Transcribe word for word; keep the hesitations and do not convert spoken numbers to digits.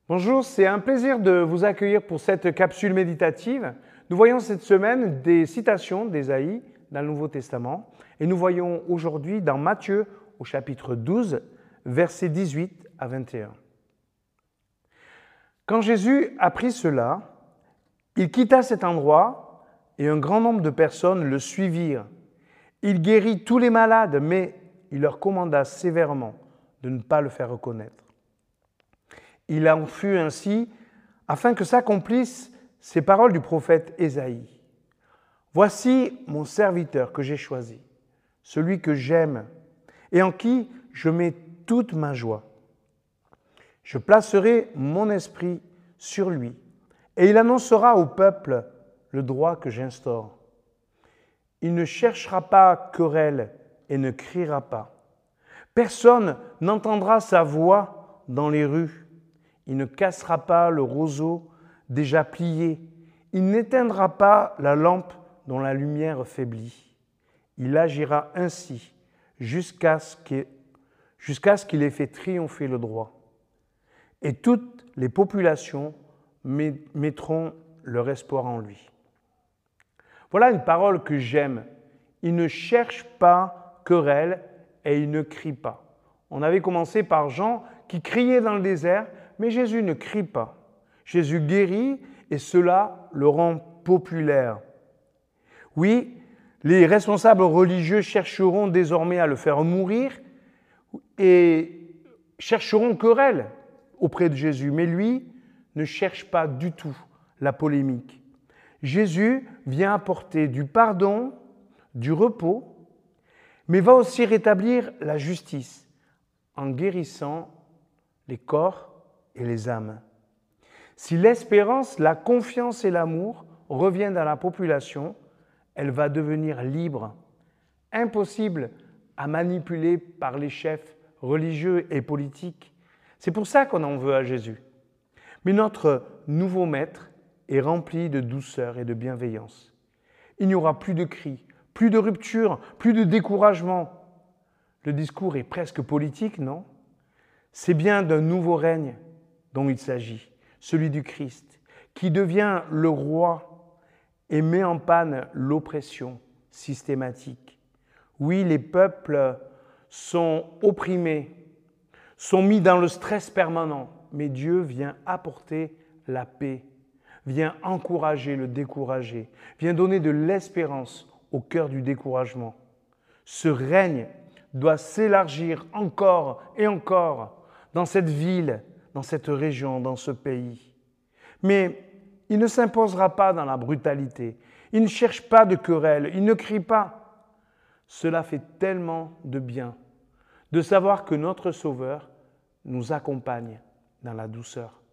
Bonjour, c'est un plaisir de vous accueillir pour cette capsule méditative. Nous voyons cette semaine des citations d'Ésaïe dans le Nouveau Testament et nous voyons aujourd'hui dans Matthieu au chapitre douze, versets dix-huit à vingt et un. Quand Jésus apprit cela, il quitta cet endroit et un grand nombre de personnes le suivirent. Il guérit tous les malades, mais il leur commanda sévèrement de ne pas le faire reconnaître. Il en fut ainsi afin que s'accomplissent ces paroles du prophète Ésaïe. « Voici mon serviteur que j'ai choisi, celui que j'aime et en qui je mets toute ma joie. Je placerai mon esprit sur lui et il annoncera au peuple le droit que j'instaure. Il ne cherchera pas querelle et ne criera pas. Personne n'entendra sa voix dans les rues. Il ne cassera pas le roseau déjà plié. Il n'éteindra pas la lampe dont la lumière faiblit. Il agira ainsi jusqu'à ce qu'il, jusqu'à ce qu'il ait fait triompher le droit. Et toutes les populations mettront leur espoir en lui. » Voilà une parole que j'aime. Il ne cherche pas querelle et il ne crie pas. On avait commencé par Jean qui criait dans le désert, mais Jésus ne crie pas. Jésus guérit et cela le rend populaire. Oui, les responsables religieux chercheront désormais à le faire mourir et chercheront querelle auprès de Jésus, mais lui ne cherche pas du tout la polémique. Jésus vient apporter du pardon, du repos, mais va aussi rétablir la justice en guérissant les corps et les âmes. Si l'espérance, la confiance et l'amour reviennent dans la population, elle va devenir libre, impossible à manipuler par les chefs religieux et politiques. C'est pour ça qu'on en veut à Jésus. Mais notre nouveau maître est rempli de douceur et de bienveillance. Il n'y aura plus de cris, plus de rupture, plus de découragement. Le discours est presque politique, non ? C'est bien d'un nouveau règne dont il s'agit, celui du Christ, qui devient le roi et met en panne l'oppression systématique. Oui, les peuples sont opprimés, sont mis dans le stress permanent, mais Dieu vient apporter la paix, vient encourager le découragé, vient donner de l'espérance au cœur du découragement. Ce règne doit s'élargir encore et encore dans cette ville, dans cette région, dans ce pays. Mais il ne s'imposera pas dans la brutalité. Il ne cherche pas de querelle. Il ne crie pas. Cela fait tellement de bien de savoir que notre Sauveur nous accompagne dans la douceur.